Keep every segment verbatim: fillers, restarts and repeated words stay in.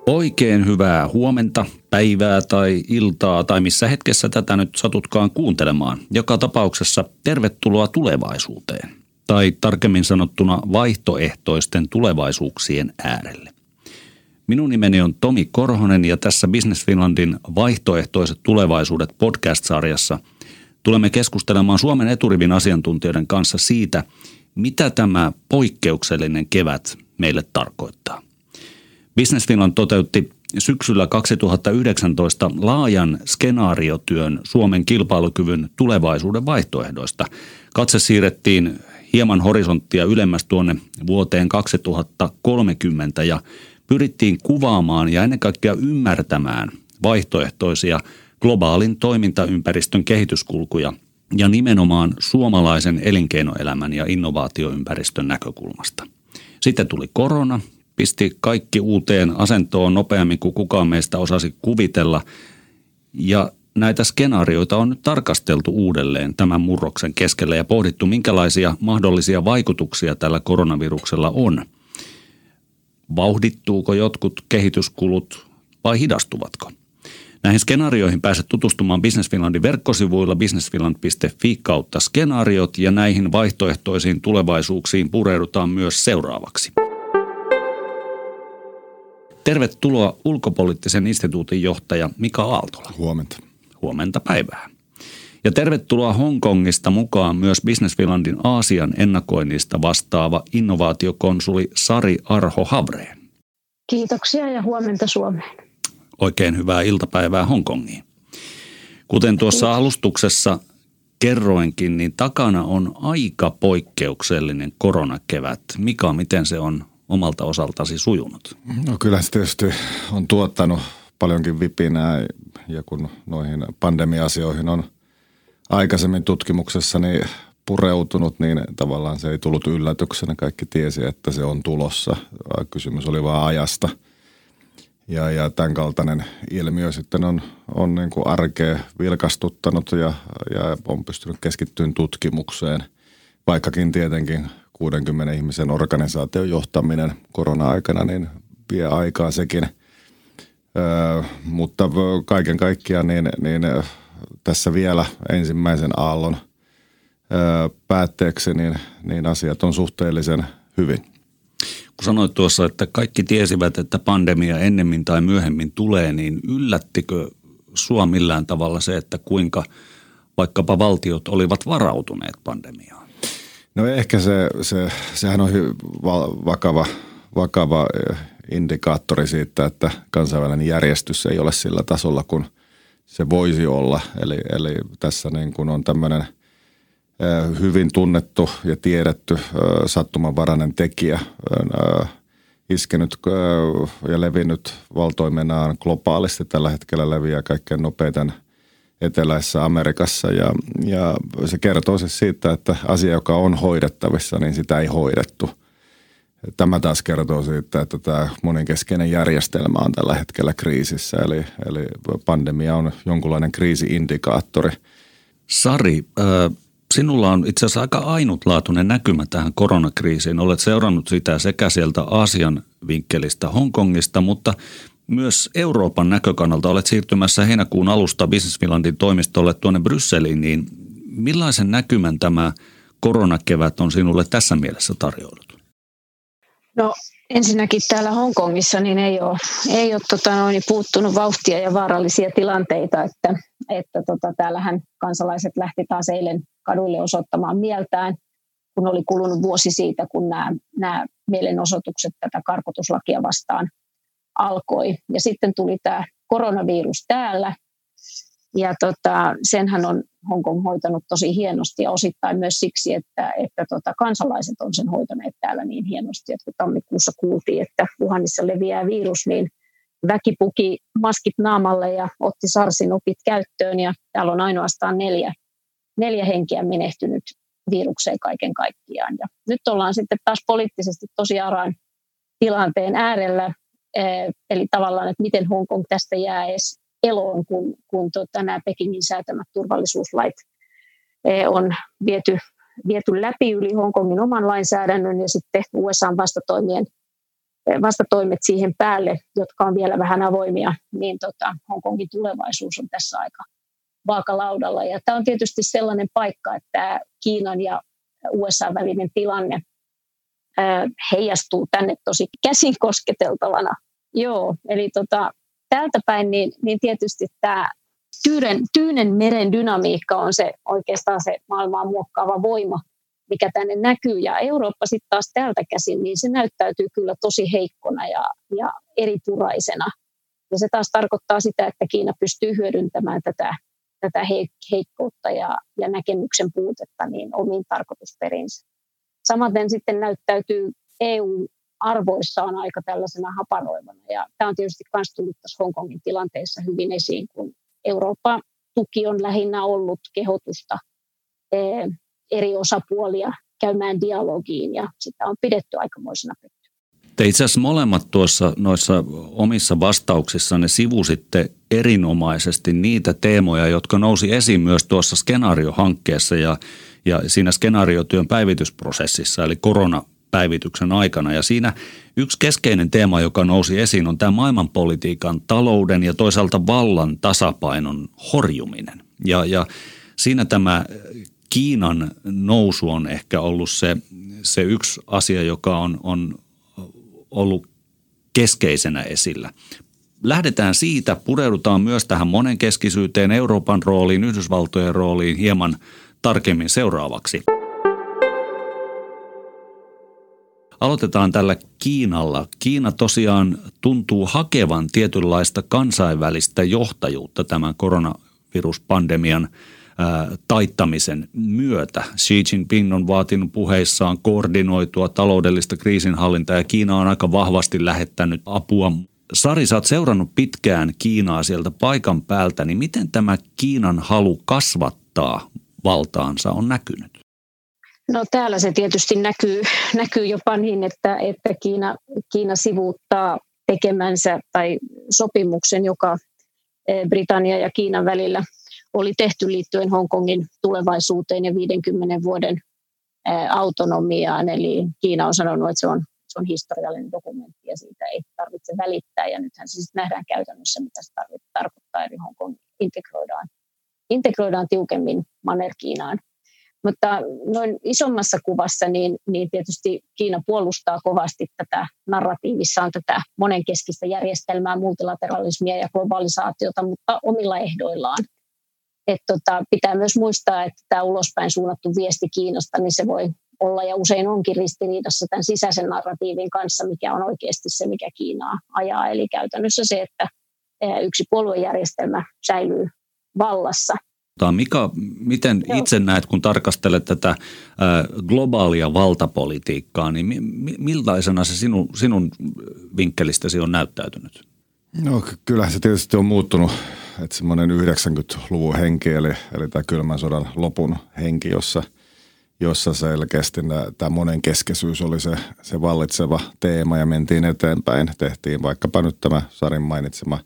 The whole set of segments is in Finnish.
Oikein hyvää huomenta, päivää tai iltaa tai missä hetkessä tätä nyt satutkaan kuuntelemaan. Joka tapauksessa tervetuloa tulevaisuuteen. Tai tarkemmin sanottuna vaihtoehtoisten tulevaisuuksien äärelle. Minun nimeni on Tomi Korhonen ja tässä Business Finlandin Vaihtoehtoiset tulevaisuudet podcast-sarjassa tulemme keskustelemaan Suomen eturivin asiantuntijoiden kanssa siitä, mitä tämä poikkeuksellinen kevät meille tarkoittaa. Business Finland toteutti syksyllä kaksituhattayhdeksäntoista laajan skenaariotyön Suomen kilpailukyvyn tulevaisuuden vaihtoehdoista. Katse siirrettiin hieman horisonttia ylemmäs tuonne vuoteen kaksituhattakolmekymmentä ja pyrittiin kuvaamaan ja ennen kaikkea ymmärtämään vaihtoehtoisia globaalin toimintaympäristön kehityskulkuja ja nimenomaan suomalaisen elinkeinoelämän ja innovaatioympäristön näkökulmasta. Sitten tuli korona. Pisti kaikki uuteen asentoon nopeammin kuin kukaan meistä osasi kuvitella. Ja näitä skenaarioita on nyt tarkasteltu uudelleen tämän murroksen keskellä ja pohdittu, minkälaisia mahdollisia vaikutuksia tällä koronaviruksella on. Vauhdittuuko jotkut kehityskulut vai hidastuvatko? Näihin skenaarioihin pääset tutustumaan Business Finlandin verkkosivuilla businessfinland piste fi kautta skenaariot ja näihin vaihtoehtoisiin tulevaisuuksiin pureudutaan myös seuraavaksi. Tervetuloa Ulkopoliittisen instituutin johtaja Mika Aaltola. Huomenta. Huomenta päivää. Ja tervetuloa Hongkongista mukaan myös Business Finlandin Aasian ennakoinnista vastaava innovaatiokonsuli Sari Arho-Havreen. Kiitoksia ja huomenta Suomeen. Oikein hyvää iltapäivää Hongkongiin. Kuten tuossa alustuksessa kerroinkin, niin takana on aika poikkeuksellinen koronakevät. Mika, miten se on omalta osaltasi sujunut? No kyllä se tietysti on tuottanut paljonkin vipinää ja kun noihin pandemia-asioihin on aikaisemmin tutkimuksessani pureutunut, niin tavallaan se ei tullut yllätyksenä. Kaikki tiesi, että se on tulossa. Kysymys oli vaan ajasta. Ja, ja tämän kaltainen ilmiö sitten on, on niin kuin arkea vilkastuttanut ja, ja on pystynyt keskittymään tutkimukseen, vaikkakin tietenkin kuudenkymmenen ihmisen organisaation johtaminen korona-aikana, niin vie aikaa sekin. Öö, mutta kaiken kaikkiaan niin, niin tässä vielä ensimmäisen aallon öö, päätteeksi, niin, niin asiat on suhteellisen hyvin. Kun sanoit tuossa, että kaikki tiesivät, että pandemia ennemmin tai myöhemmin tulee, niin yllättikö sua millään tavalla se, että kuinka vaikkapa valtiot olivat varautuneet pandemiaan? No ehkä se, se, sehän on vakava, vakava indikaattori siitä, että kansainvälinen järjestys ei ole sillä tasolla, kun se voisi olla. Eli, eli tässä niin kuin on tämmöinen hyvin tunnettu ja tiedetty sattumanvarainen tekijä iskenyt ja levinnyt valtoimenaan globaalisti. Tällä hetkellä leviää kaikkein nopeiten Eteläisessä Amerikassa ja, ja se kertoo siis siitä, että asia, joka on hoidettavissa, niin sitä ei hoidettu. Tämä taas kertoo siitä, että tämä monenkeskeinen järjestelmä on tällä hetkellä kriisissä, eli, eli pandemia on jonkunlainen kriisi-indikaattori. Sari, äh, sinulla on itse asiassa aika ainutlaatuinen näkymä tähän koronakriisiin. Olet seurannut sitä sekä sieltä Aasian vinkkelistä Hongkongista, mutta myös Euroopan näkökannalta olet siirtymässä heinäkuun alusta Business Finlandin toimistolle tuonne Brysseliin, niin millaisen näkymän tämä koronakevät on sinulle tässä mielessä tarjoillut? No ensinnäkin täällä Hongkongissa niin ei ole, ei ole tota, noin, puuttunut vauhtia ja vaarallisia tilanteita, että, että tota, täällähän kansalaiset lähti taas eilen kaduille osoittamaan mieltään, kun oli kulunut vuosi siitä, kun nämä, nämä mielenosoitukset tätä karkotuslakia vastaan alkoi. Ja sitten tuli tämä koronavirus täällä ja tota, senhän on Hongkong hoitanut tosi hienosti ja osittain myös siksi, että, että tota, kansalaiset on sen hoitaneet täällä niin hienosti, että kun tammikuussa kuultiin, että Wuhanissa leviää virus, niin väki puki maskit naamalle ja otti SARSin opit käyttöön ja täällä on ainoastaan neljä, neljä henkeä menehtynyt virukseen kaiken kaikkiaan. Ja nyt ollaan sitten taas poliittisesti tosi araan tilanteen äärellä, eli tavallaan, että miten Hongkong tästä jää edes eloon, kun, kun tota, nämä Pekingin säätämät turvallisuuslait on viety, viety läpi yli Hongkongin oman lainsäädännön ja sitten U S A:n vastatoimien vastatoimet siihen päälle, jotka on vielä vähän avoimia, niin tota, Hongkongin tulevaisuus on tässä aika vaakalaudalla. Ja tämä on tietysti sellainen paikka, että Kiinan ja U S A välinen tilanne ää, heijastuu tänne tosi käsin kosketeltavana. Joo, eli tota, täältä päin niin, niin tietysti tämä Tyynen, Tyynen meren dynamiikka on se oikeastaan se maailmaa muokkaava voima, mikä tänne näkyy. Ja Eurooppa sitten taas täältä käsin, niin se näyttäytyy kyllä tosi heikkona ja, ja eripuraisena. Ja se taas tarkoittaa sitä, että Kiina pystyy hyödyntämään tätä, tätä heikkoutta ja, ja näkemyksen puutetta niin omiin tarkoitusperinsä. Samaten sitten näyttäytyy E U-arvoissaan aika tällaisena haparoivana. Ja tämä on tietysti myös tullut tässä Hongkongin tilanteessa hyvin esiin, kun Euroopan tuki on lähinnä ollut kehotusta eri osapuolia käymään dialogiin ja sitä on pidetty aikamoisena pettynä. Te itse asiassa molemmat tuossa noissa omissa vastauksissanne sivusitte erinomaisesti niitä teemoja, jotka nousi esiin myös tuossa skenaariohankkeessa ja, ja siinä skenaariotyön päivitysprosessissa, eli koronapäivityksen aikana. Ja siinä yksi keskeinen teema, joka nousi esiin, on tämä maailmanpolitiikan, talouden ja toisaalta vallan tasapainon horjuminen. Ja, ja siinä tämä Kiinan nousu on ehkä ollut se, se yksi asia, joka on, on ollut keskeisenä esillä. Lähdetään siitä, pureudutaan myös tähän monenkeskisyyteen, Euroopan rooliin, Yhdysvaltojen rooliin hieman tarkemmin seuraavaksi. Aloitetaan tällä Kiinalla. Kiina tosiaan tuntuu hakevan tietynlaista kansainvälistä johtajuutta tämän koronaviruspandemian taittamisen myötä. Xi Jinping on vaatinut puheissaan koordinoitua taloudellista kriisinhallintaa ja Kiina on aika vahvasti lähettänyt apua. Sari, sä oot seurannut pitkään Kiinaa sieltä paikan päältä, niin miten tämä Kiinan halu kasvattaa valtaansa on näkynyt? No täällä se tietysti näkyy, näkyy jopa niin, että, että Kiina, Kiina sivuuttaa tekemänsä tai sopimuksen, joka Britannia ja Kiinan välillä oli tehty liittyen Hongkongin tulevaisuuteen ja viidenkymmenen vuoden autonomiaan. Eli Kiina on sanonut, että se on, se on historiallinen dokumentti ja siitä ei tarvitse välittää. Ja nythän se sitten nähdään käytännössä, mitä se tarkoittaa, eli Hongkong integroidaan, integroidaan tiukemmin Manner-Kiinaan. Mutta noin isommassa kuvassa niin, niin tietysti Kiina puolustaa kovasti tätä narratiivissaan tätä monenkeskistä järjestelmää, multilateralismia ja globalisaatiota, mutta omilla ehdoillaan. Et tota, pitää myös muistaa, että tämä ulospäin suunnattu viesti Kiinasta, niin se voi olla ja usein onkin ristiriidassa tämän sisäisen narratiivin kanssa, mikä on oikeasti se, mikä Kiinaa ajaa. Eli käytännössä se, että yksi puoluejärjestelmä säilyy vallassa. Mika, miten itse näet, kun tarkastelet tätä globaalia valtapolitiikkaa, niin millaisena se sinun, sinun vinkkelistäsi on näyttäytynyt? No kyllähän se tietysti on muuttunut, että semmoinen yhdeksänkymmentäluvun henki, eli, eli tämä kylmän sodan lopun henki, jossa, jossa selkeästi tämä monenkeskeisyys oli se, se vallitseva teema ja mentiin eteenpäin. Tehtiin vaikkapa nyt tämä Sarin mainitsema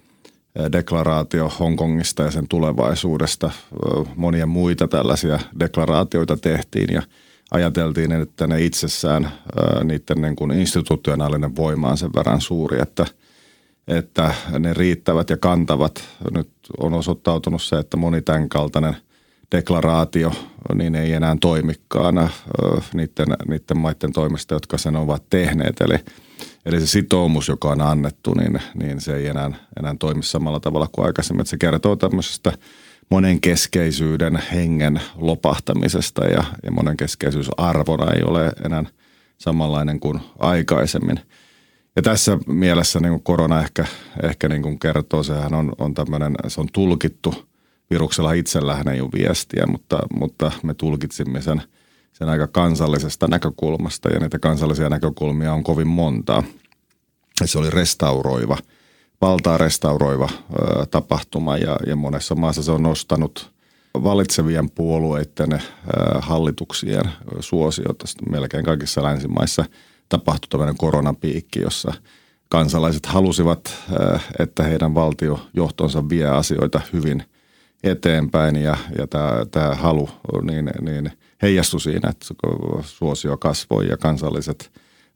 deklaraatio Hongkongista ja sen tulevaisuudesta. Monia muita tällaisia deklaraatioita tehtiin ja ajateltiin, että ne itsessään, niiden niin kuin institutionaalinen voima on sen verran suuri, että, että ne riittävät ja kantavat. Nyt on osoittautunut se, että moni tämän kaltainen deklaraatio niin ei enää toimikaan niiden, niiden maiden toimesta, jotka sen ovat tehneet. Eli Eli se sitoumus, joka on annettu, niin, niin se ei enää, enää toimi samalla tavalla kuin aikaisemmin. Että se kertoo tämmöisestä monenkeskeisyyden hengen lopahtamisesta ja, ja monenkeskeisyys arvona ei ole enää samanlainen kuin aikaisemmin. Ja tässä mielessä niin kuin korona ehkä, ehkä niin kuin kertoo, sehän on, on tämmöinen, se on tulkittu, viruksella itsellään ei ole viestiä, mutta, mutta me tulkitsimme sen, sen aika kansallisesta näkökulmasta ja niitä kansallisia näkökulmia on kovin montaa. Se oli restauroiva, valtaa restauroiva ö, tapahtuma ja, ja monessa maassa se on nostanut valitsevien puolueiden ö, hallituksien suosiota. Melkein kaikissa länsimaissa tapahtui tämmöinen koronapiikki, jossa kansalaiset halusivat, ö, että heidän valtiojohtonsa vie asioita hyvin eteenpäin ja, ja tämä, tämä halu niin, niin heijastui siinä, että suosio kasvoi ja kansalliset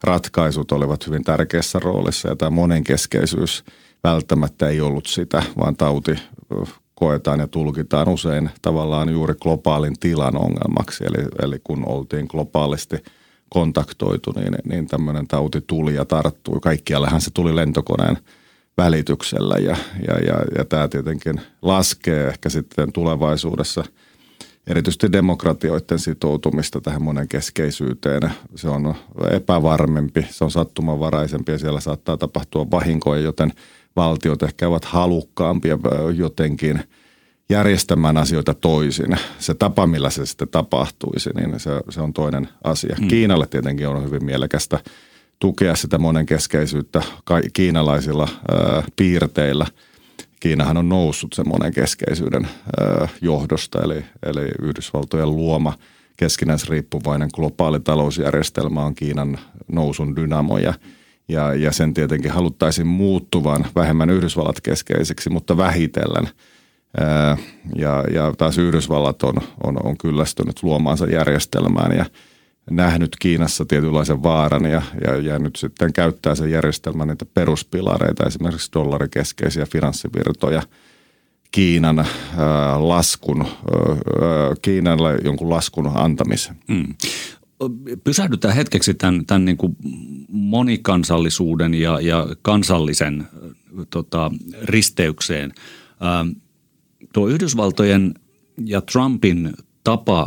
ratkaisut olivat hyvin tärkeässä roolissa ja tämä monenkeskeisyys välttämättä ei ollut sitä, vaan tauti koetaan ja tulkitaan usein tavallaan juuri globaalin tilan ongelmaksi. Eli, eli kun oltiin globaalisti kontaktoitu, niin, niin tämmöinen tauti tuli ja tarttui. Kaikkiallehan se tuli lentokoneen välityksellä ja, ja, ja, ja tämä tietenkin laskee ehkä sitten tulevaisuudessa erityisesti demokratioiden sitoutumista tähän monenkeskeisyyteen. Se on epävarmempi, se on sattumanvaraisempi ja siellä saattaa tapahtua vahinkoja, joten valtiot ehkä ovat halukkaampia jotenkin järjestämään asioita toisin. Se tapa, millä se sitten tapahtuisi, niin se, se on toinen asia. Mm. Kiinalle tietenkin on hyvin mielekästä tukea sitä monenkeskeisyyttä kiinalaisilla ää, piirteillä. Kiinahan on noussut sen monenkeskeisyyden ää, johdosta, eli, eli Yhdysvaltojen luoma keskinäisriippuvainen globaali talousjärjestelmä on Kiinan nousun dynamoja. Ja, ja sen tietenkin haluttaisiin muuttuvan vähemmän Yhdysvallat keskeiseksi, mutta vähitellen. Ää, ja, ja taas Yhdysvallat on, on, on kyllästynyt luomaansa järjestelmään ja nähnyt Kiinassa tietynlaisen vaaran ja, ja, ja nyt sitten käyttää sen järjestelmän niitä peruspilareita, esimerkiksi dollarikeskeisiä finanssivirtoja Kiinan ää, laskun, ää, Kiinalle jonkun laskun antamiseen. Mm. Pysähdytään hetkeksi tämän, tämän niin kuin monikansallisuuden ja, ja kansallisen tota, risteykseen. Ää, tuo Yhdysvaltojen ja Trumpin tapa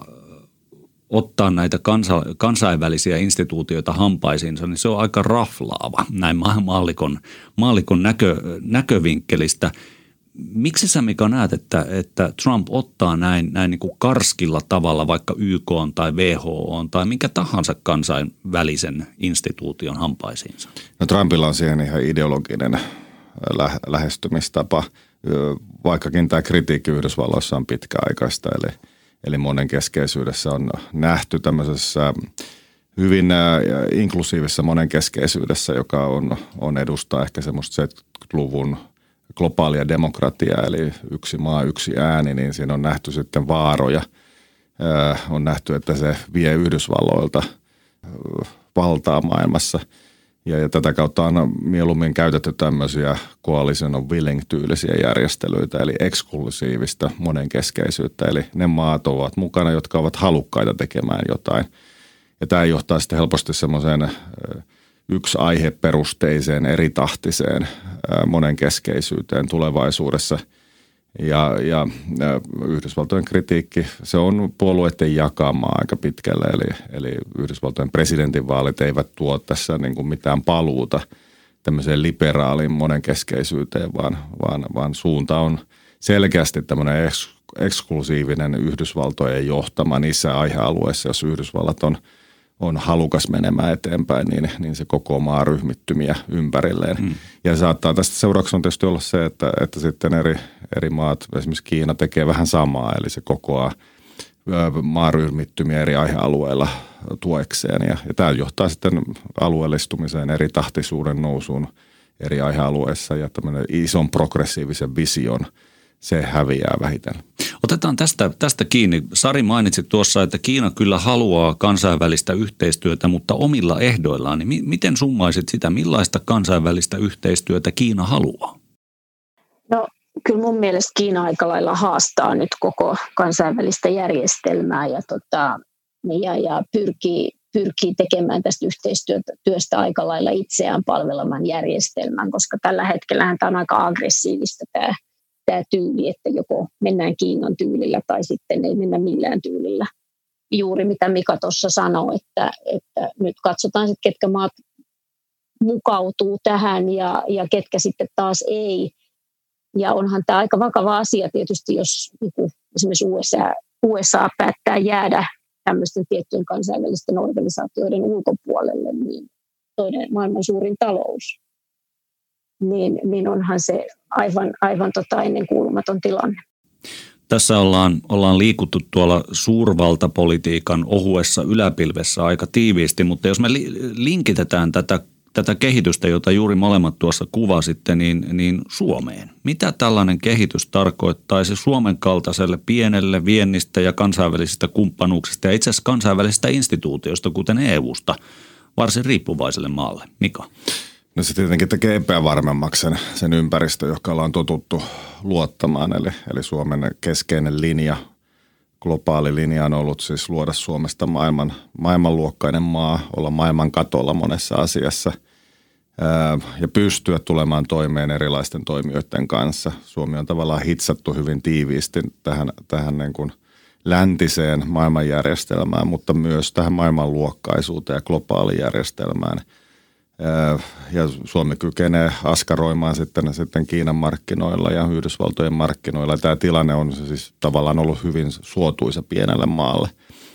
ottaa näitä kansa, kansainvälisiä instituutioita hampaisiinsa, niin se on aika raflaava näin maallikon, maallikon näkö, näkövinkkelistä. Miksi sä, Mika, näet, että, että Trump ottaa näin, näin niin kuin karskilla tavalla vaikka Y K:n tai W H O:n tai minkä tahansa kansainvälisen instituution hampaisiinsa? No Trumpilla on siihen ihan ideologinen lä- lähestymistapa, vaikkakin tämä kritiikki Yhdysvalloissa on pitkäaikaista, eli, eli monenkeskeisyydessä on nähty tämmöisessä hyvin inklusiivisessa monenkeskeisyydessä, joka on, on edustaa ehkä semmoista seitsemänkymmentäluvun globaalia demokratiaa, eli yksi maa, yksi ääni, niin siinä on nähty sitten vaaroja. Äh, on nähty, että se vie Yhdysvalloilta äh, valtaa maailmassa. Ja, ja tätä kautta on mieluummin käytetty tämmöisiä coalition of willing-tyylisiä järjestelyitä, eli eksklusiivista monenkeskeisyyttä. Eli ne maat ovat mukana, jotka ovat halukkaita tekemään jotain. Ja tämä johtaa sitten helposti semmoiseen äh, yksi aiheperusteiseen, eritahtiseen monenkeskeisyyteen tulevaisuudessa. Ja, ja, ja Yhdysvaltojen kritiikki, se on puolueiden jakamaa aika pitkälle. Eli, eli Yhdysvaltojen presidentinvaalit eivät tuo tässä niin kuin mitään paluuta tämmöiseen liberaaliin monenkeskeisyyteen, vaan, vaan, vaan suunta on selkeästi tämmöinen eks, eksklusiivinen Yhdysvaltojen johtama niissä aihealueissa, jos Yhdysvallat on on halukas menemään eteenpäin, niin, niin se koko maa ryhmittymiä ympärilleen. Hmm. Ja saattaa tästä seurauksena tietysti olla se, että, että sitten eri, eri maat, esimerkiksi Kiina tekee vähän samaa, eli se kokoaa maaryhmittymiä eri aihealueilla tuekseen. Ja, ja tämä johtaa sitten alueellistumiseen, eri tahtisuuden nousuun eri aihealueissa ja tämmöinen ison progressiivisen vision, se häviää vähitellen. Otetaan tästä, tästä kiinni. Sari mainitsi tuossa, että Kiina kyllä haluaa kansainvälistä yhteistyötä, mutta omilla ehdoillaan. Niin mi- miten summaisit sitä, millaista kansainvälistä yhteistyötä Kiina haluaa? No kyllä mun mielestä Kiina aika lailla haastaa nyt koko kansainvälistä järjestelmää ja, tota, ja, ja pyrkii, pyrkii tekemään tästä yhteistyöstä aika lailla itseään palveleman järjestelmän, koska tällä hetkellähän tämä on aika aggressiivista tämä. tämä tyyli, että joko mennään Kiinan tyylillä tai sitten ei mennä millään tyylillä. Juuri mitä Mika tuossa sanoi, että, että nyt katsotaan sitten, ketkä maat mukautuu tähän ja, ja ketkä sitten taas ei. Ja onhan tämä aika vakava asia tietysti, jos niin esimerkiksi U S A, U S A päättää jäädä tämmöisten tiettyjen kansainvälisten organisaatioiden ulkopuolelle, niin toinen maailman suurin talous. Niin, niin onhan se aivan, aivan tota ennenkuulumaton tilanne. Tässä ollaan, ollaan liikuttu tuolla suurvaltapolitiikan ohuessa yläpilvessä aika tiiviisti, mutta jos me li, linkitetään tätä, tätä kehitystä, jota juuri molemmat tuossa kuvasitte, niin, niin Suomeen. Mitä tällainen kehitys tarkoittaisi Suomen kaltaiselle pienelle viennistä ja kansainvälisistä kumppanuuksista ja itse asiassa kansainvälisistä instituutioista, kuten E U:sta, varsin riippuvaiselle maalle. Mika? No se tietenkin tekee epävarmemmaksi sen, sen ympäristö, joka ollaan totuttu luottamaan. Eli, eli Suomen keskeinen linja, globaali linja on ollut siis luoda Suomesta maailman, maailmanluokkainen maa, olla maailman katolla monessa asiassa ää, ja pystyä tulemaan toimeen erilaisten toimijoiden kanssa. Suomi on tavallaan hitsattu hyvin tiiviisti tähän, tähän niin kuin läntiseen maailmanjärjestelmään, mutta myös tähän maailmanluokkaisuuteen ja globaalijärjestelmään. Ja Suomi kykenee askaroimaan sitten, sitten Kiinan markkinoilla ja Yhdysvaltojen markkinoilla. Tämä tilanne on siis tavallaan ollut hyvin suotuisa pienelle maalle.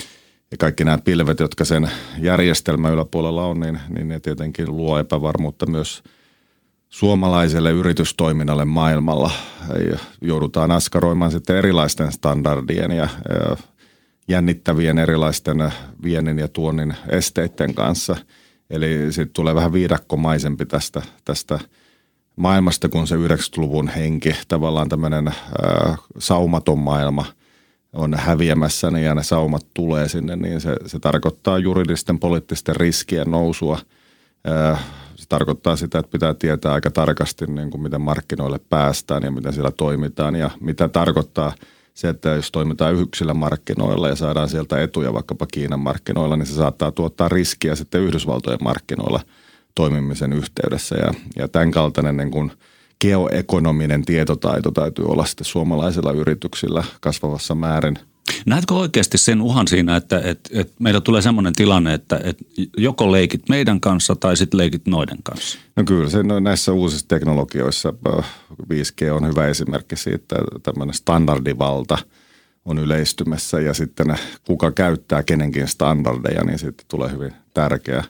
Ja kaikki nämä pilvet, jotka sen järjestelmän yläpuolella on, niin, niin ne tietenkin luo epävarmuutta myös suomalaiselle yritystoiminnalle maailmalla. Ja joudutaan askaroimaan sitten erilaisten standardien ja, ja jännittävien erilaisten viennin ja tuonnin esteiden kanssa. Eli sitten tulee vähän viidakkomaisempi tästä, tästä maailmasta, kun se yhdeksänkymmentäluvun henki, tavallaan tämmöinen ää, saumaton maailma on häviämässä ja ne saumat tulee sinne, niin se, se tarkoittaa juridisten poliittisten riskien nousua. Ää, se tarkoittaa sitä, että pitää tietää aika tarkasti, niin kuin miten markkinoille päästään ja miten siellä toimitaan ja mitä tarkoittaa se, että jos toimitaan yksillä markkinoilla ja saadaan sieltä etuja vaikkapa Kiinan markkinoilla, niin se saattaa tuottaa riskiä sitten Yhdysvaltojen markkinoilla toimimisen yhteydessä. Ja, ja tämän kaltainen niin kuin geoekonominen tietotaito täytyy olla sitten suomalaisilla yrityksillä kasvavassa määrin. Näetkö oikeasti sen uhan siinä, että, että, että meillä tulee semmoinen tilanne, että, että joko leikit meidän kanssa tai sitten leikit noiden kanssa? No kyllä, se, no, näissä uusissa teknologioissa viisi G on hyvä esimerkki siitä, että tämmöinen standardivalta on yleistymässä ja sitten kuka käyttää kenenkin standardeja, niin sitten tulee hyvin tärkeä,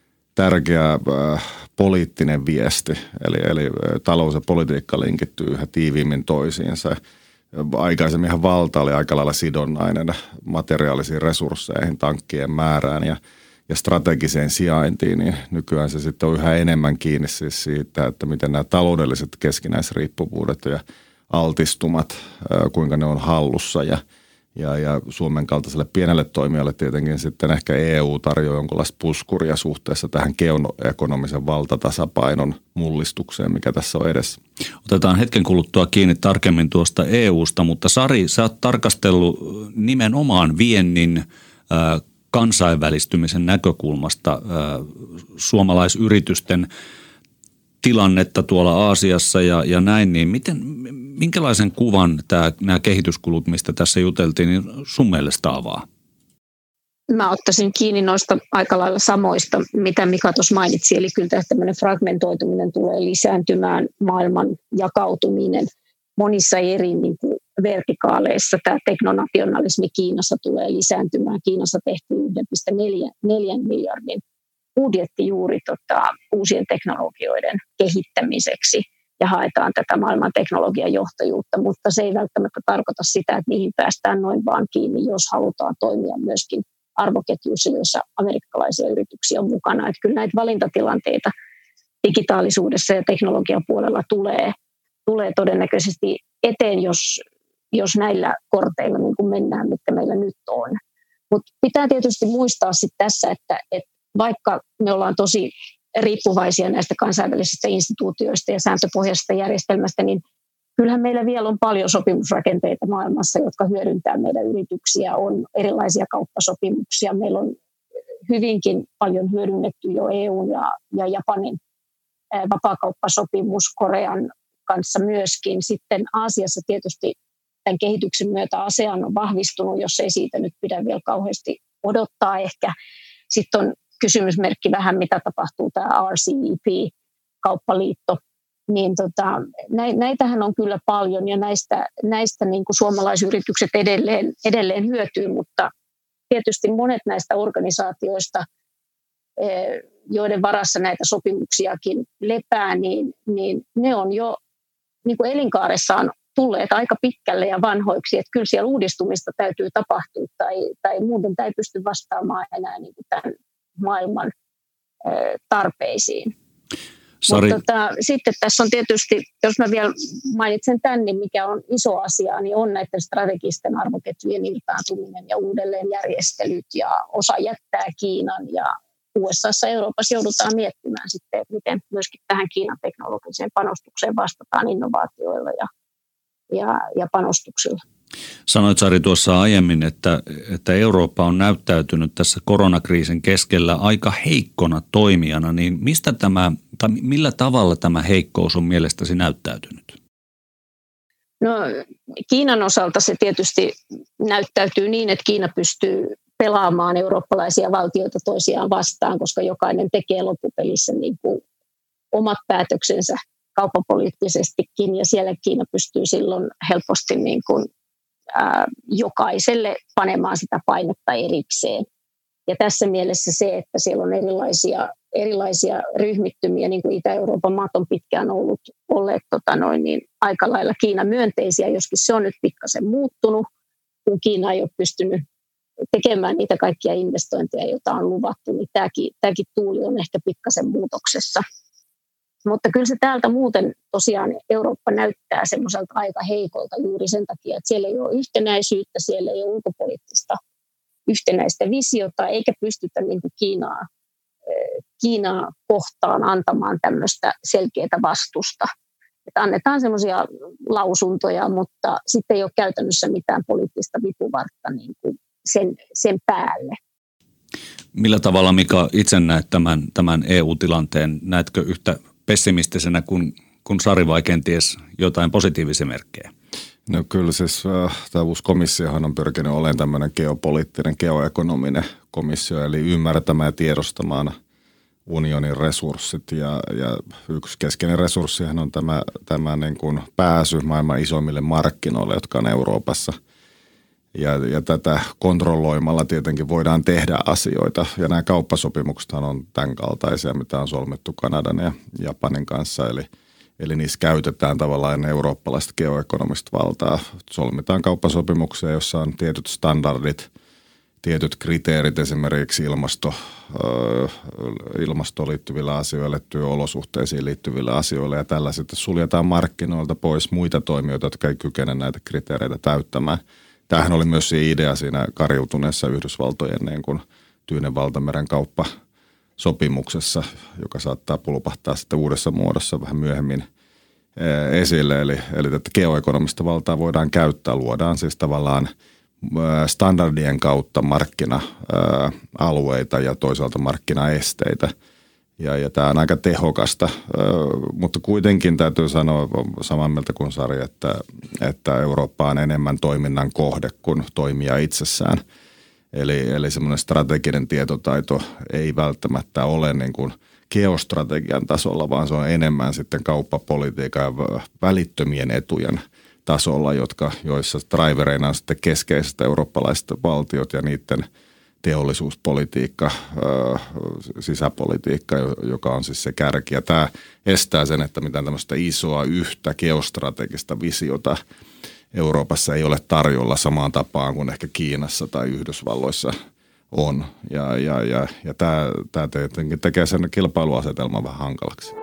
tärkeä äh, poliittinen viesti. Eli, eli talous ja politiikka linkittyy yhä tiiviimmin toisiinsa. Aikaisemminhan valta oli aika lailla sidonnainen materiaalisiin resursseihin, tankkien määrään ja, ja strategiseen sijaintiin, niin nykyään se sitten on yhä enemmän kiinni siis siitä, että miten nämä taloudelliset keskinäisriippuvuudet ja altistumat, kuinka ne on hallussa ja, ja, ja Suomen kaltaiselle pienelle toimijalle tietenkin sitten ehkä E U tarjoaa jonkinlaista puskuria suhteessa tähän geoekonomisen valtatasapainon mullistukseen, mikä tässä on edessä. Otetaan hetken kuluttua kiinni tarkemmin tuosta E U:sta, mutta Sari, sä oot tarkastellut nimenomaan viennin äh, kansainvälistymisen näkökulmasta äh, suomalaisyritysten tilannetta tuolla Aasiassa ja, ja näin, niin miten, minkälaisen kuvan tämä, nämä kehityskulut, mistä tässä juteltiin, niin sun mielestä avaa? Mä ottaisin kiinni noista aika lailla samoista, mitä Mika tuossa mainitsi, eli kyllä tämmöinen fragmentoituminen tulee lisääntymään, maailman jakautuminen monissa eri niin kuin vertikaaleissa. Tämä teknonationalismi Kiinassa tulee lisääntymään. Kiinassa tehtiin yksi pilkku neljä miljardin budjetti juuri tota, uusien teknologioiden kehittämiseksi ja haetaan tätä maailman teknologian johtajuutta, mutta se ei välttämättä tarkoita sitä, että niihin päästään noin vaan kiinni, jos halutaan toimia myöskin arvoketjuissa, joissa amerikkalaisia yrityksiä on mukana. Että kyllä näitä valintatilanteita digitaalisuudessa ja teknologian puolella tulee, tulee todennäköisesti eteen, jos, jos näillä korteilla niin kuin mennään, mitkä meillä nyt on. Mutta pitää tietysti muistaa sit tässä, että, että vaikka me ollaan tosi riippuvaisia näistä kansainvälisistä instituutioista ja sääntöpohjaisesta järjestelmästä, niin kyllähän meillä vielä on paljon sopimusrakenteita maailmassa, jotka hyödyntää meidän yrityksiä. On erilaisia kauppasopimuksia. Meillä on hyvinkin paljon hyödynnetty jo E U ja, ja Japanin vapaakauppasopimus, Korean kanssa myöskin. Sitten Aasiassa tietysti tämän kehityksen myötä ASEAN on vahvistunut, jos ei siitä nyt pidä vielä kauheasti odottaa ehkä. Sitten on kysymysmerkki vähän, mitä tapahtuu tämä R C E P, kauppaliitto. Niin tota, näitähän on kyllä paljon ja näistä, näistä niin kuin suomalaisyritykset edelleen, edelleen hyötyy, mutta tietysti monet näistä organisaatioista, joiden varassa näitä sopimuksiakin lepää, niin, niin ne on jo niin kuin elinkaaressaan tulleet aika pitkälle ja vanhoiksi, että kyllä siellä uudistumista täytyy tapahtua tai, tai muuten tämä ei pysty vastaamaan enää niin kuin tämän maailman tarpeisiin. Mutta tota, sitten tässä on tietysti, jos mä vielä mainitsen tämän, niin mikä on iso asia, niin on näiden strategisten arvoketjujen irtaantuminen ja uudelleenjärjestelyt ja osa jättää Kiinan ja, U S A:ssa ja Euroopassa joudutaan miettimään sitten, että miten myöskin tähän Kiinan teknologiseen panostukseen vastataan innovaatioilla ja, ja, ja panostuksilla. Sanoit Sari tuossa aiemmin, että, että Eurooppa on näyttäytynyt tässä koronakriisin keskellä aika heikkona toimijana, niin mistä tämä, tai millä tavalla tämä heikkous on mielestäsi näyttäytynyt? No, Kiinan osalta se tietysti näyttäytyy niin, että Kiina pystyy pelaamaan eurooppalaisia valtioita toisiaan vastaan, koska jokainen tekee loppupelissä niin kuin omat päätöksensä kauppapoliittisestikin, ja siellä Kiina pystyy silloin helposti niin kuin, ää, jokaiselle panemaan sitä painetta erikseen. Ja tässä mielessä se, että siellä on erilaisia, erilaisia ryhmittymiä, niin kuin Itä-Euroopan maat on pitkään ollut, olleet tota noin, niin aika lailla Kiina myönteisiä, joskin se on nyt pikkasen muuttunut, kun Kiina ei ole pystynyt tekemään niitä kaikkia investointeja, joita on luvattu, niin tämäkin, tämäkin tuuli on ehkä pikkasen muutoksessa. Mutta kyllä se täältä muuten tosiaan Eurooppa näyttää semmoiselta aika heikolta juuri sen takia, että siellä ei ole yhtenäisyyttä, siellä ei ole ulkopoliittista yhtenäistä visiota, eikä pystytä niin kuin Kiinaa, Kiinaa kohtaan antamaan tämmöistä selkeää vastusta. Että annetaan semmoisia lausuntoja, mutta sitten ei ole käytännössä mitään poliittista vipuvartta niin kuin sen, sen päälle. Millä tavalla, Mika, itse näet tämän, tämän E U-tilanteen? Näetkö yhtä pessimistisenä kuin, kuin Sari vai kenties jotain positiivisia merkkejä? No kyllä siis äh, tämä uusi komissiohan on pyrkinyt olemaan tämmöinen geopoliittinen, geoekonominen komissio, eli ymmärtämään ja tiedostamaan unionin resurssit. Ja, ja yksi keskeinen resurssihan on tämä, tämä niin kuin pääsy maailman isoimmille markkinoille, jotka on Euroopassa. Ja, ja tätä kontrolloimalla tietenkin voidaan tehdä asioita. Ja nämä kauppasopimuksethan on tämän kaltaisia, mitä on solmittu Kanadan ja Japanin kanssa. Eli, eli niissä käytetään tavallaan eurooppalaista geoekonomista valtaa. Solmitaan kauppasopimuksia, joissa on tietyt standardit, tietyt kriteerit esimerkiksi ilmasto, ilmastoon liittyvillä asioille, työolosuhteisiin liittyvillä asioille. Ja tällä sitten suljetaan markkinoilta pois muita toimijoita, jotka ei kykene näitä kriteereitä täyttämään. Tämähän oli myös se idea siinä kariutuneessa Yhdysvaltojen niin kuin Tyynen valtameren kauppasopimuksessa, joka saattaa pulpahtaa sitten uudessa muodossa vähän myöhemmin esille. Eli, eli tätä geoekonomista valtaa voidaan käyttää, luodaan siis tavallaan standardien kautta markkina-alueita ja toisaalta markkinaesteitä. Ja, ja tämä on aika tehokasta, mutta kuitenkin täytyy sanoa samaa mieltä kuin Sari, että, että Eurooppa on enemmän toiminnan kohde kuin toimija itsessään. Eli, eli semmoinen strateginen tietotaito ei välttämättä ole niin kuin geostrategian tasolla, vaan se on enemmän sitten kauppapolitiikan ja välittömien etujen tasolla, jotka, joissa drivereina on sitten keskeiset eurooppalaiset valtiot ja niiden teollisuuspolitiikka, sisäpolitiikka, joka on siis se kärki. Ja tämä estää sen, että mitään tämmöistä isoa yhtä geostrategista visiota Euroopassa ei ole tarjolla samaan tapaan kuin ehkä Kiinassa tai Yhdysvalloissa on. Ja, ja, ja, ja tämä, tämä tietenkin tekee sen kilpailuasetelman vähän hankalaksi.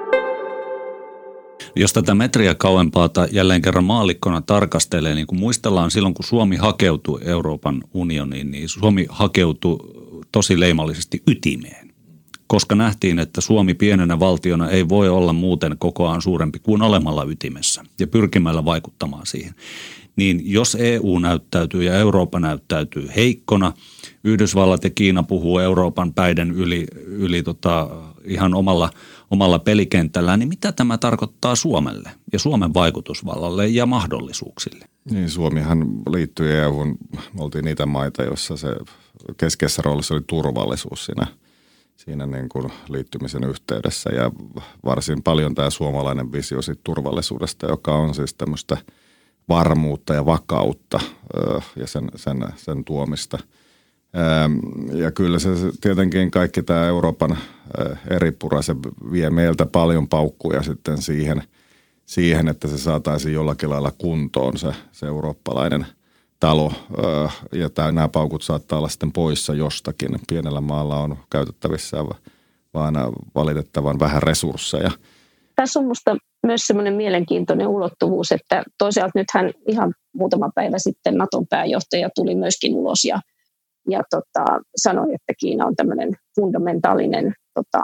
Jos tätä metriä kauempaa jälleen kerran maallikkona tarkastelee, niin kun muistellaan silloin, kun Suomi hakeutui Euroopan unioniin, niin Suomi hakeutui tosi leimallisesti ytimeen, koska nähtiin, että Suomi pienenä valtiona ei voi olla muuten kokoaan suurempi kuin olemalla ytimessä ja pyrkimällä vaikuttamaan siihen. Niin jos E U näyttäytyy ja Eurooppa näyttäytyy heikkona, Yhdysvallat ja Kiina puhuu Euroopan päiden yli, yli tota, ihan omalla, omalla pelikentällään, niin mitä tämä tarkoittaa Suomelle ja Suomen vaikutusvallalle ja mahdollisuuksille? Niin, Suomihan liittyi E U:hun, me oltiin niitä maita, joissa se keskeisessä roolissa oli turvallisuus siinä, siinä niin kuin liittymisen yhteydessä ja varsin paljon tämä suomalainen visio siitä turvallisuudesta, joka on siis tämmöistä varmuutta ja vakautta ja sen, sen, sen tuomista. Ja kyllä se tietenkin kaikki tämä Euroopan eripura, se vie meiltä paljon paukkuja sitten siihen, siihen että se saataisiin jollakin lailla kuntoon se, se eurooppalainen talo. Ja tämä, nämä paukut saattaa olla sitten poissa jostakin. Pienellä maalla on käytettävissä vaan valitettavan vähän resursseja. Tässä on minusta myös semmoinen mielenkiintoinen ulottuvuus, että toisaalta nythän ihan muutama päivä sitten Naton pääjohtaja tuli myöskin ulos ja ja tota, sanoi, että Kiina on tämmöinen fundamentaalinen, tota,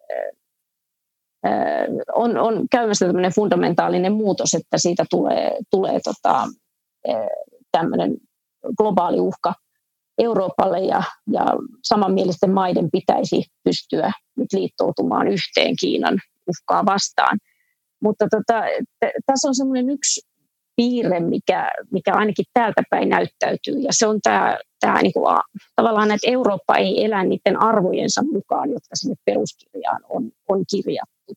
on, on käymässä tämmöinen fundamentaalinen muutos, että siitä tulee, tulee tota, tämmöinen globaali uhka Euroopalle ja, ja samanmielisten maiden pitäisi pystyä nyt liittoutumaan yhteen Kiinan uhkaa vastaan. Mutta tota, t- tässä on semmoinen yksi piirre, mikä, mikä ainakin täältä päin näyttäytyy, ja se on tämä, tämä niin kuin, tavallaan, että Eurooppa ei elä niiden arvojensa mukaan, jotka sinne peruskirjaan on, on kirjattu.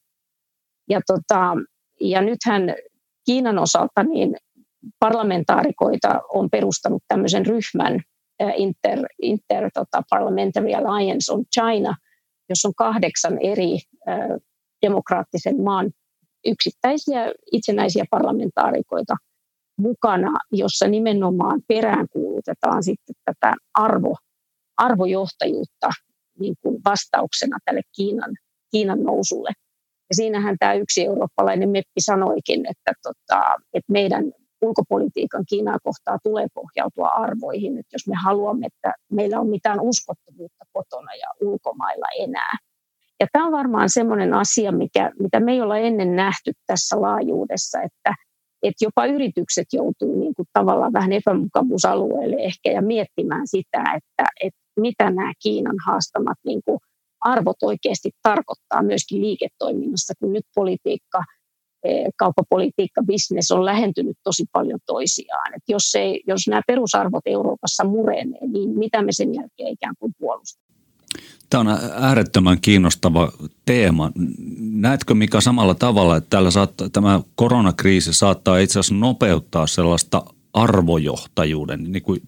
Ja, tota, ja nythän Kiinan osalta niin parlamentaarikoita on perustanut tämmöisen ryhmän Inter, Inter tota, Parliamentary Alliance on China, jossa on kahdeksan eri äh, demokraattisen maan yksittäisiä itsenäisiä parlamentaarikoita mukana, jossa nimenomaan peräänkuulutetaan sitten tätä arvo, arvojohtajuutta niin kuin vastauksena tälle Kiinan, Kiinan nousulle. Ja siinähän tämä yksi eurooppalainen meppi sanoikin, että, tota, että meidän ulkopolitiikan Kiinaa kohtaa tulee pohjautua arvoihin, että jos me haluamme, että meillä on mitään uskottavuutta kotona ja ulkomailla enää. Ja tämä on varmaan semmoinen asia, mikä, mitä me ei olla ennen nähty tässä laajuudessa, että, että jopa yritykset joutuu niin kuin tavallaan vähän epämukavuusalueelle ehkä ja miettimään sitä, että, että mitä nämä Kiinan haastamat niin kuin arvot oikeasti tarkoittaa myöskin liiketoiminnassa, kun nyt politiikka, kauppapolitiikka, business on lähentynyt tosi paljon toisiaan. Et jos, ei, jos nämä perusarvot Euroopassa murenee, niin mitä me sen jälkeen ikään kuin puolustamme? Tämä on äärettömän kiinnostava teema. Näetkö, Mika, samalla tavalla, että tällä saattaa, tämä koronakriisi saattaa itse asiassa nopeuttaa sellaista arvojohtajuuden, niin kuin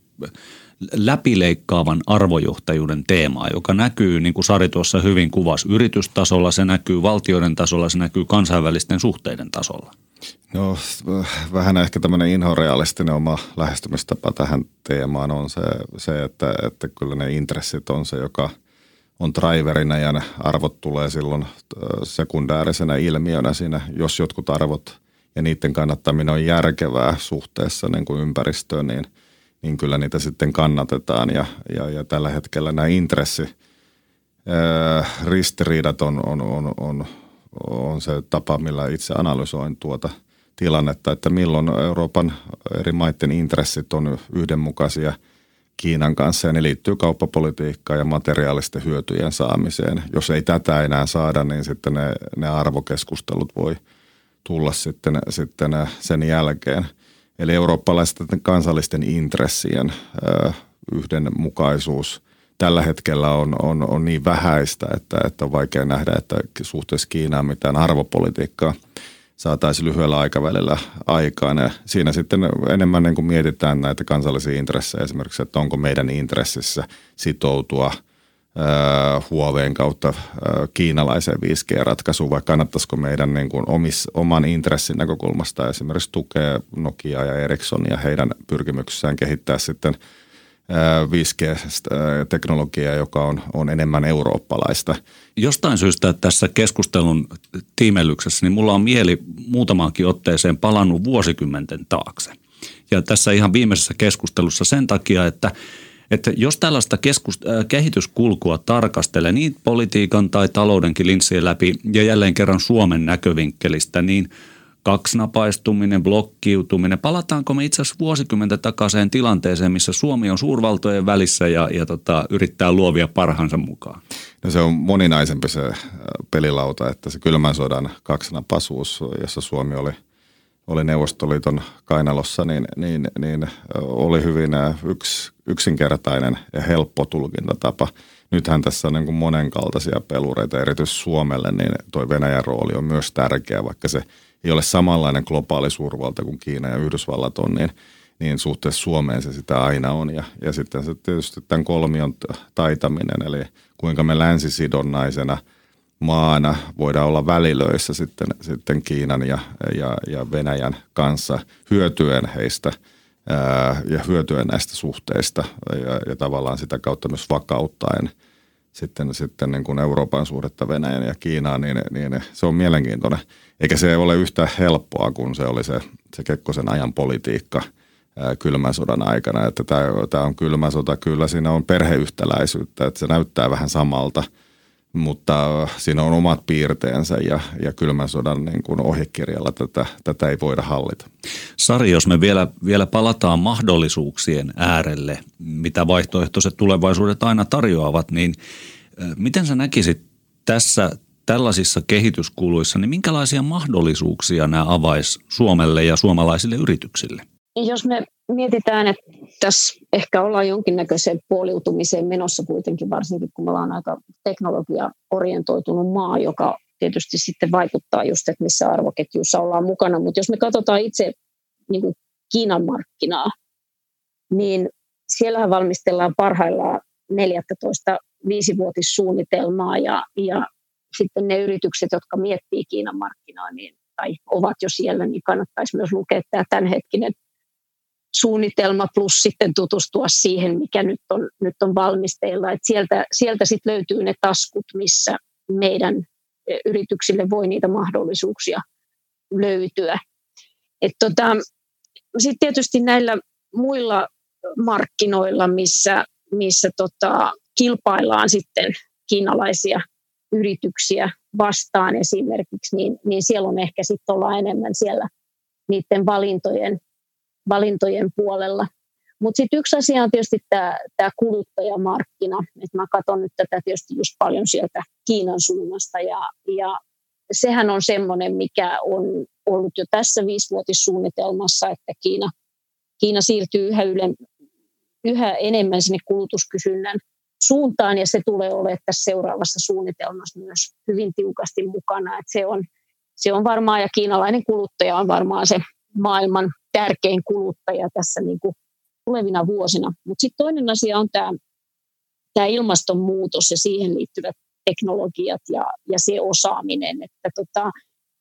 läpileikkaavan arvojohtajuuden teemaa, joka näkyy, niin kuin Sari tuossa hyvin kuvasi, yritystasolla, se näkyy valtioiden tasolla, se näkyy kansainvälisten suhteiden tasolla? No vähän ehkä tämmöinen inhorealistinen oma lähestymistapa tähän teemaan on se, se että, että kyllä ne intressit on se, joka on driverina ja ne arvot tulee silloin sekundäärisenä ilmiönä siinä, jos jotkut arvot ja niiden kannattaminen on järkevää suhteessa niin kuin ympäristöön, niin niin kyllä niitä sitten kannatetaan ja, ja, ja tällä hetkellä nämä intressi ää, ristiriidat on, on, on, on, on se tapa, millä itse analysoin tuota tilannetta, että milloin Euroopan eri maiden intressit on yhdenmukaisia Kiinan kanssa ja ne liittyy kauppapolitiikkaan ja materiaalisten hyötyjen saamiseen. Jos ei tätä enää saada, niin sitten ne, ne arvokeskustelut voi tulla sitten, sitten sen jälkeen. Eli eurooppalaisten kansallisten intressien ö, yhdenmukaisuus tällä hetkellä on, on, on niin vähäistä, että, että on vaikea nähdä, että suhteessa Kiinaan mitään arvopolitiikkaa saataisiin lyhyellä aikavälillä aikaan. Ja siinä sitten enemmän niin kuin mietitään näitä kansallisia intressejä esimerkiksi, että onko meidän intressissä sitoutua Huaweiin kautta kiinalaiseen viisi G-ratkaisuun, vai kannattaisiko meidän niin kuin omis, oman intressin näkökulmasta esimerkiksi tukea Nokia ja Ericssonia heidän pyrkimyksessään kehittää sitten viisi G-teknologiaa, joka on, on enemmän eurooppalaista. Jostain syystä tässä keskustelun tiimellyksessä, niin mulla on mieli muutamaankin otteeseen palannut vuosikymmenten taakse. Ja tässä ihan viimeisessä keskustelussa sen takia, että Että jos tällaista keskust- äh, kehityskulkua tarkastelee niin politiikan tai taloudenkin linssien läpi ja jälleen kerran Suomen näkövinkkelistä, niin kaksinapaistuminen, blokkiutuminen, palataanko me itse asiassa vuosikymmentä takaiseen tilanteeseen, missä Suomi on suurvaltojen välissä ja, ja tota, yrittää luovia parhaansa mukaan? No se on moninaisempi se pelilauta, että se kylmän sodan kaksinapaisuus, jossa Suomi oli oli Neuvostoliiton kainalossa, niin, niin, niin oli hyvin yks, yksinkertainen ja helppo tulkintatapa. Nythän tässä on niin kuin monenkaltaisia pelureita, erityisesti Suomelle, niin toi Venäjän rooli on myös tärkeä, vaikka se ei ole samanlainen globaali suurvalta kuin Kiina ja Yhdysvallat on, niin, niin suhteessa Suomeen se sitä aina on. Ja, ja sitten se tietysti tämän kolmion taitaminen, eli kuinka me länsisidonnaisena maana voidaan olla välilöissä sitten, sitten Kiinan ja, ja, ja Venäjän kanssa hyötyen heistä ää, ja hyötyen näistä suhteista ja, ja tavallaan sitä kautta myös vakauttaen sitten, sitten niin kuin Euroopan suhdetta Venäjän ja Kiinaan, niin, niin se on mielenkiintoinen. Eikä se ole yhtä helppoa kuin se oli se, se Kekkosen ajan politiikka kylmän sodan aikana. Että tämä, tämä on kylmä sota, kyllä siinä on perheyhtäläisyyttä, että se näyttää vähän samalta, mutta siinä on omat piirteensä ja, ja kylmän sodan niin kuin ohjekirjalla tätä, tätä ei voida hallita. Sari, jos me vielä, vielä palataan mahdollisuuksien äärelle, mitä vaihtoehtoiset tulevaisuudet aina tarjoavat, niin miten sä näkisit tässä tällaisissa kehityskuluissa, niin minkälaisia mahdollisuuksia nämä avaisi Suomelle ja suomalaisille yrityksille? Jos me mietitään, että tässä ehkä ollaan jonkinnäköiseen puoliutumiseen menossa kuitenkin, varsinkin kun me ollaan aika teknologia-orientoitunut maa, joka tietysti sitten vaikuttaa just, että missä arvoketjuissa ollaan mukana. Mutta jos me katsotaan itse niin kuin Kiinan markkinaa, niin siellähän valmistellaan parhaillaan neljätoista viisivuotissuunnitelmaa ja, ja sitten ne yritykset, jotka miettii Kiinan markkinaa niin, tai ovat jo siellä, niin kannattaisi myös lukea tämä tämänhetkinen suunnitelma plus sitten tutustua siihen, mikä nyt on, nyt on valmisteilla. Et sieltä sieltä sitten löytyy ne taskut, missä meidän yrityksille voi niitä mahdollisuuksia löytyä. Tota, sitten tietysti näillä muilla markkinoilla, missä, missä tota, kilpaillaan sitten kiinalaisia yrityksiä vastaan esimerkiksi, niin, niin siellä on ehkä sitten ollaan enemmän siellä niiden valintojen, valintojen puolella. Mutta sitten yksi asia on tietysti tämä kuluttajamarkkina. Et mä katson nyt tätä tietysti just paljon sieltä Kiinan suunnasta ja, ja sehän on semmoinen, mikä on ollut jo tässä viisivuotissuunnitelmassa, että Kiina, Kiina siirtyy yhä, yle, yhä enemmän sinne kulutuskysynnän suuntaan ja se tulee olemaan tässä seuraavassa suunnitelmassa myös hyvin tiukasti mukana. Et se, on, se on varmaan ja kiinalainen kuluttaja on varmaan se maailman tärkein kuluttaja tässä niin kuin tulevina vuosina. Mutta sitten toinen asia on tämä, tämä ilmastonmuutos ja siihen liittyvät teknologiat ja, ja se osaaminen. Että tota,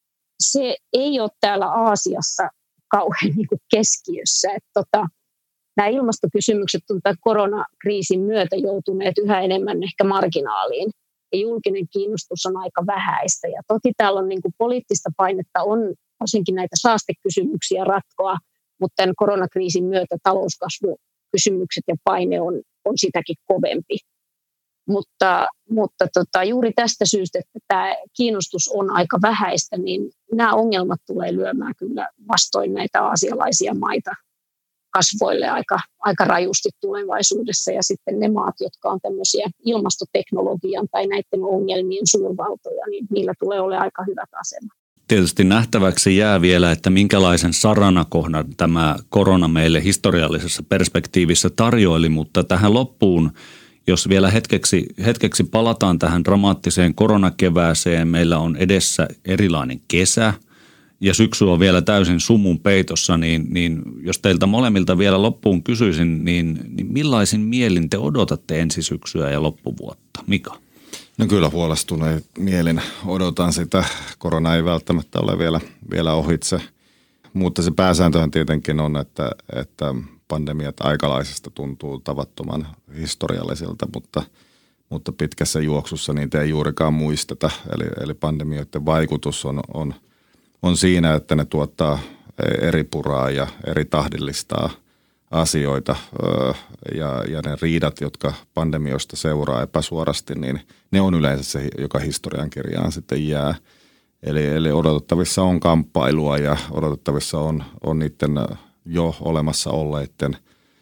se ei ole täällä Aasiassa kauhean niin kuin keskiössä. Että tota, nämä ilmastokysymykset on tämän koronakriisin myötä joutuneet yhä enemmän ehkä marginaaliin. Ja julkinen kiinnostus on aika vähäistä. Ja toki täällä on niin kuin poliittista painetta, on varsinkin näitä saastekysymyksiä ratkoa, mutta tämän koronakriisin myötä talouskasvukysymykset ja paine on, on sitäkin kovempi. Mutta, mutta tota, juuri tästä syystä, että tämä kiinnostus on aika vähäistä, niin nämä ongelmat tulee lyömään kyllä vastoin näitä aasialaisia maita kasvoille aika, aika rajusti tulevaisuudessa. Ja sitten ne maat, jotka on tämmöisiä ilmastoteknologian tai näiden ongelmien suurvaltoja, niin niillä tulee olemaan aika hyvät asemat. Tietysti nähtäväksi jää vielä, että minkälaisen saranakohdan tämä korona meille historiallisessa perspektiivissä tarjoili, mutta tähän loppuun, jos vielä hetkeksi, hetkeksi palataan tähän dramaattiseen koronakevääseen, meillä on edessä erilainen kesä ja syksy on vielä täysin sumun peitossa, niin, niin jos teiltä molemmilta vielä loppuun kysyisin, niin, niin millaisin mielin te odotatte ensi syksyä ja loppuvuotta? Mika? No kyllä huolestuneen mielin odotan sitä. Korona ei välttämättä ole vielä, vielä ohitse, mutta se pääsääntöhän tietenkin on, että, että pandemiat aikalaisesta tuntuu tavattoman historiallisilta, mutta, mutta pitkässä juoksussa niitä ei juurikaan muisteta. Eli, eli pandemioiden vaikutus on, on, on siinä, että ne tuottaa eri puraa ja eri tahdillistaa asioita ja, ja ne riidat, jotka pandemioista seuraa epäsuorasti, niin ne on yleensä se, joka historian kirjaan sitten jää. Eli, eli odotettavissa on kamppailua ja odotettavissa on, on niiden jo olemassa olleiden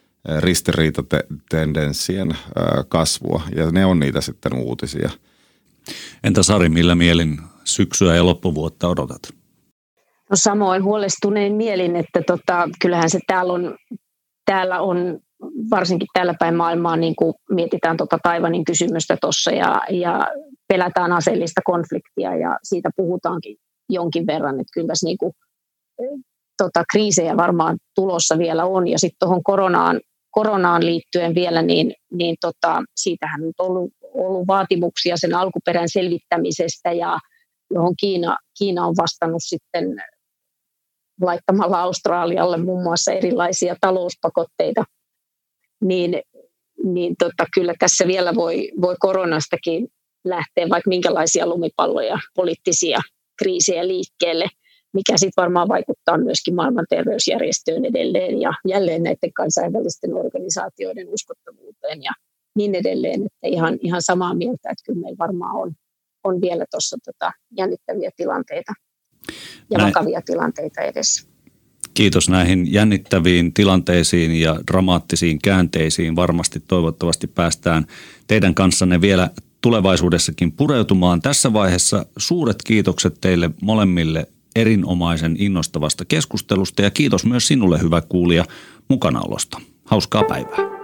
ristiriitatendenssien kasvua ja ne on niitä sitten uutisia. Entä Sari, millä mielin syksyä ja loppuvuotta odotat? No samoin huolestuneen mielin, että tota, kyllähän se täällä on Täällä on, varsinkin täällä päin maailmaa, niin kuin mietitään tuota Taiwanin kysymystä tuossa ja, ja pelätään aseellista konfliktia ja siitä puhutaankin jonkin verran, että kyllä tässä niin kuin, tota, kriisejä varmaan tulossa vielä on. Ja sitten tuohon koronaan, koronaan liittyen vielä, niin, niin tota, siitähän on ollut, ollut vaatimuksia sen alkuperän selvittämisestä ja johon Kiina, Kiina on vastannut sitten laittamalla Australialle muun muassa erilaisia talouspakotteita, niin, niin tota, kyllä tässä vielä voi, voi koronastakin lähteä vaikka minkälaisia lumipalloja, poliittisia kriisejä liikkeelle. mikä sitten varmaan vaikuttaa myöskin maailman terveysjärjestöön edelleen ja jälleen näiden kansainvälisten organisaatioiden uskottavuuteen ja niin edelleen, että ihan, ihan samaa mieltä, että kyllä meillä varmaan on, on vielä tuossa tota jännittäviä tilanteita ja Näin. vakavia tilanteita edessä. Kiitos näihin jännittäviin tilanteisiin ja dramaattisiin käänteisiin. Varmasti toivottavasti päästään teidän kanssanne vielä tulevaisuudessakin pureutumaan. Tässä vaiheessa suuret kiitokset teille molemmille erinomaisen innostavasta keskustelusta ja kiitos myös sinulle, hyvä kuulija, mukanaolosta. Hauskaa päivää.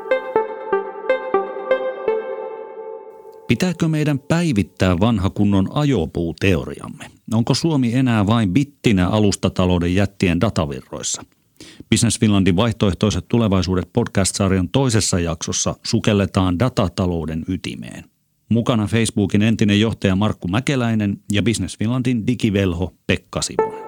Pitääkö meidän päivittää vanha kunnon ajopuuteoriamme? Onko Suomi enää vain bittinä alustatalouden jättien datavirroissa? Business Finlandin vaihtoehtoiset tulevaisuudet podcast-sarjan toisessa jaksossa sukelletaan datatalouden ytimeen. Mukana Facebookin entinen johtaja Markku Mäkeläinen ja Business Finlandin digivelho Pekka Simonen.